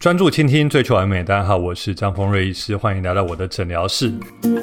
专注倾听，追求完美。大家好，我是张丰瑞医师，欢迎来到我的诊疗室。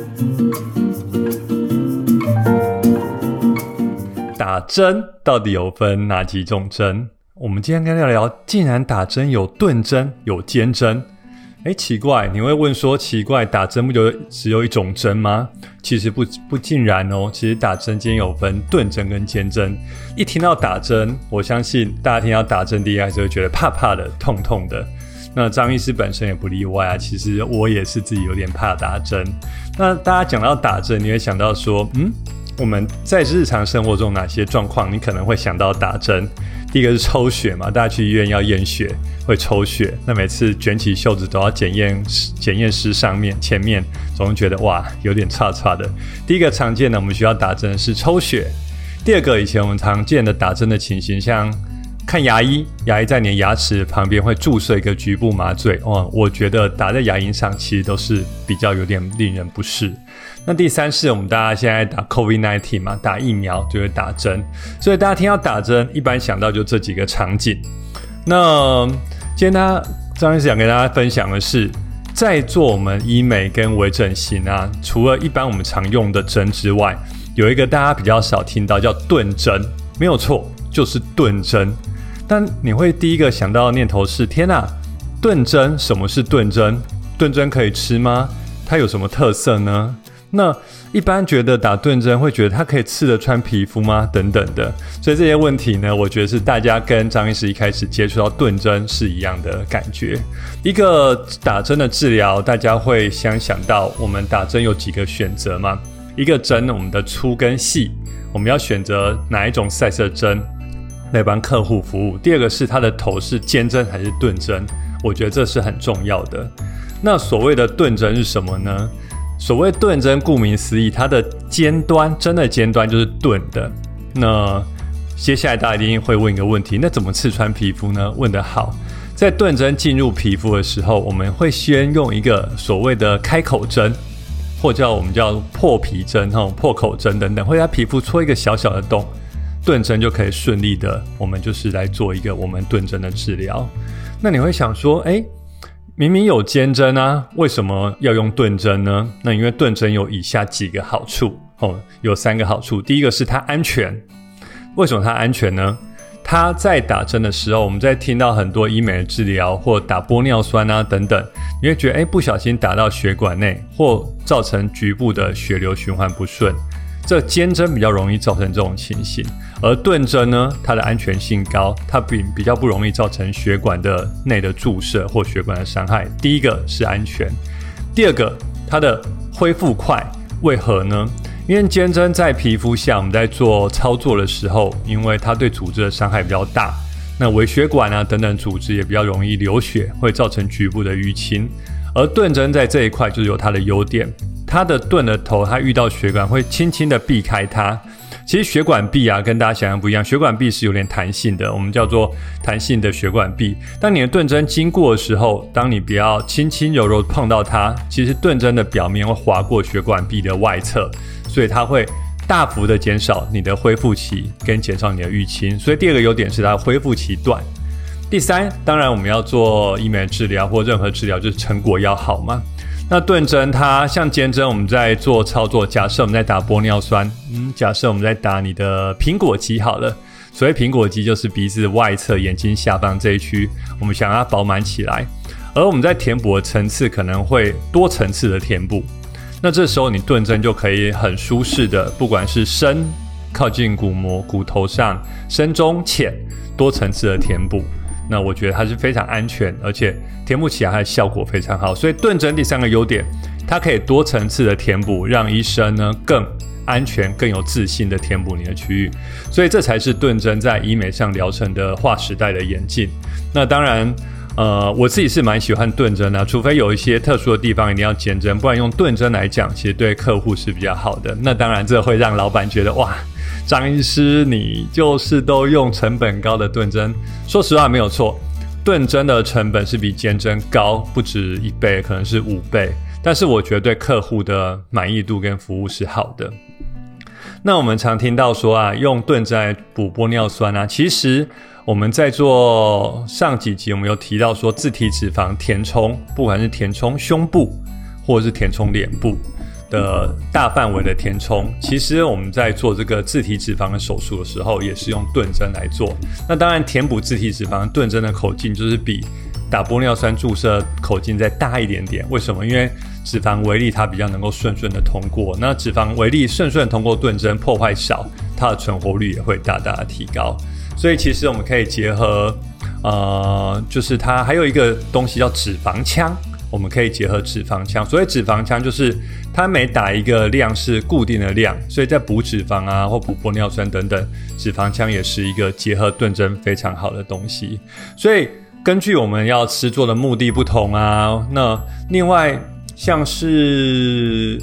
打针到底有分哪几种针？我们今天跟大家聊，竟然打针有钝针有尖针。奇怪，你会问说奇怪，打针不就只有一种针吗？其实不尽然哦。其实打针间有分钝针跟尖针。一听到打针，我相信大家听到打针第一开始会觉得怕怕的、痛痛的。那张医师本身也不例外啊，其实我也是自己有点怕打针。那大家讲到打针，你会想到说，我们在日常生活中哪些状况你可能会想到打针？第一个是抽血嘛，大家去医院要验血会抽血，那每次卷起袖子都要检验师前面总觉得哇有点差的。第一个常见的我们需要打针是抽血。第二个以前我们常见的打针的情形，像看牙医在你的牙齿旁边会注射一个局部麻醉，我觉得打在牙龈上其实都是比较有点令人不适。那第三是我们大家现在打 COVID-19 嘛，打疫苗就会打针，所以大家听到打针一般想到就这几个场景。那今天张医师想跟大家分享的是，在做我们医美跟微整形啊，除了一般我们常用的针之外，有一个大家比较少听到叫钝针，没有错，就是钝针。但你会第一个想到的念头是，天哪，钝针，什么是钝针？钝针可以吃吗？它有什么特色呢？那一般觉得打钝针会觉得它可以刺得穿皮肤吗？等等的。所以这些问题呢，我觉得是大家跟张医师一开始接触到钝针是一样的感觉。一个打针的治疗，大家会想到我们打针有几个选择嘛？一个针我们的粗跟细，我们要选择哪一种 size 的针来帮客户服务。第二个是它的头是尖针还是钝针，我觉得这是很重要的。那所谓的钝针是什么呢？所谓钝针，顾名思义，它的尖端，针的尖端就是钝的。那接下来大家一定会问一个问题，那怎么刺穿皮肤呢？问得好。在钝针进入皮肤的时候，我们会先用一个所谓的开口针，或我们叫破皮针、破口针等等，会在皮肤戳一个小小的洞，钝针就可以顺利的，我们就是来做一个我们钝针的治疗。那你会想说，明明有尖针啊，为什么要用钝针呢？那因为钝针有以下几个好处，有3个好处。第一个是它安全。为什么它安全呢？它在打针的时候，我们在听到很多医美的治疗或打玻尿酸啊等等，你会觉得不小心打到血管内，或造成局部的血流循环不顺，这尖针比较容易造成这种情形。而钝针呢，它的安全性高，它比较不容易造成血管的内的注射或血管的伤害。第一个是安全。第二个，它的恢复快。为何呢？因为尖针在皮肤下，我们在做操作的时候，因为它对组织的伤害比较大，那微血管啊等等组织也比较容易流血，会造成局部的淤青。而钝针在这一块就是有它的优点，它的钝的头，它遇到血管会轻轻的避开它。其实血管壁啊跟大家想象不一样，血管壁是有点弹性的，我们叫做弹性的血管壁。当你的钝针经过的时候，当你不要轻轻柔柔碰到它，其实钝针的表面会划过血管壁的外侧，所以它会大幅的减少你的恢复期跟减少你的淤青。所以第二个优点是它恢复期短。第三，当然我们要做医美治疗或任何治疗，就是成果要好嘛。那钝针它像尖针，我们在做操作，假设我们在打玻尿酸，假设我们在打你的苹果肌好了。所谓苹果肌就是鼻子外侧、眼睛下方这一区，我们想要它饱满起来。而我们在填补的层次可能会多层次的填补，那这时候你钝针就可以很舒适的，不管是深靠近骨膜、骨头上，深中浅多层次的填补。那我觉得它是非常安全，而且填补起来它的效果非常好。所以钝针第3个优点，它可以多层次的填补，让医生呢更安全、更有自信的填补你的区域。所以这才是钝针在医美上疗程的划时代的演进。那当然我自己是蛮喜欢钝针的，除非有一些特殊的地方一定要尖针，不然用钝针来讲，其实对客户是比较好的。那当然这会让老板觉得哇，张医师你就是都用成本高的钝针。说实话没有错，钝针的成本是比尖针高不止1倍，可能是5倍，但是我觉得对客户的满意度跟服务是好的。那我们常听到说用钝针来补玻尿酸其实我们在做上几集我们有提到说自体脂肪填充，不管是填充胸部或者是填充脸部的大范围的填充，其实我们在做这个自体脂肪的手术的时候也是用钝针来做。那当然填补自体脂肪钝针的口径就是比打玻尿酸注射口径再大一点点。为什么？因为脂肪微粒它比较能够顺顺的通过，那脂肪微粒顺顺的通过钝针，破坏少，它的存活率也会大大的提高。所以其实我们可以结合就是它还有一个东西叫脂肪枪，我们可以结合脂肪枪。所谓脂肪枪就是它每打一个量是固定的量，所以在补脂肪啊或补玻尿酸等等，脂肪枪也是一个结合钝针非常好的东西。所以根据我们要施作的目的不同啊，那另外像是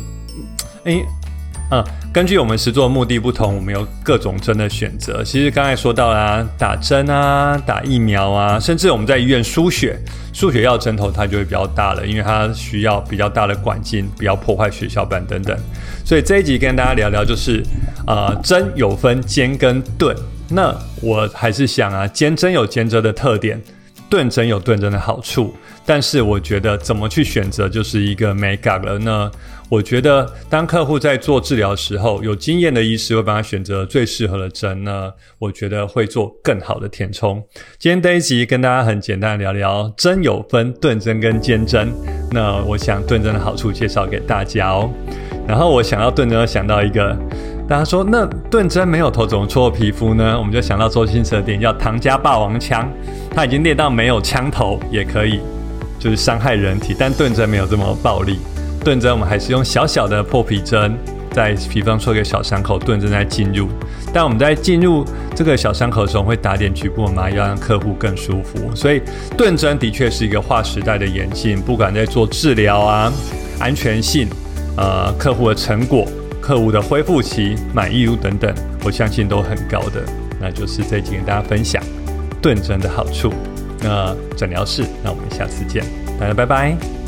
根据我们施作的目的不同，我们有各种针的选择。其实刚才说到啦，打针啊，打疫苗啊，甚至我们在医院输血药针头它就会比较大了，因为它需要比较大的管径，不要破坏血小板等等。所以这一集跟大家聊聊就是针有分尖跟钝。那我还是想啊，尖针有尖针的特点，钝针有钝针的好处，但是我觉得怎么去选择就是一个美感了。那我觉得当客户在做治疗的时候，有经验的医师会帮他选择最适合的针呢，我觉得会做更好的填充。今天这一集跟大家很简单的聊聊针有分钝针跟尖针，那我想钝针的好处介绍给大家哦。然后我想到钝针想到一个，大家说那钝针没有头怎么戳皮肤呢？我们就想到周星驰的电影叫《唐家霸王枪》，他已经练到没有枪头也可以就是伤害人体，但钝针没有这么暴力。钝针我们还是用小小的破皮针在皮肤上戳一个小伤口，钝针再进入。但我们在进入这个小伤口的时候会打点局部的麻药，让客户更舒服。所以钝针的确是一个划时代的演进，不管在做治疗啊、安全性、客户的成果、客户的恢复期、满意度等等，我相信都很高的。那就是这一集跟大家分享钝针的好处。那诊疗室，那我们下次见，大家拜拜。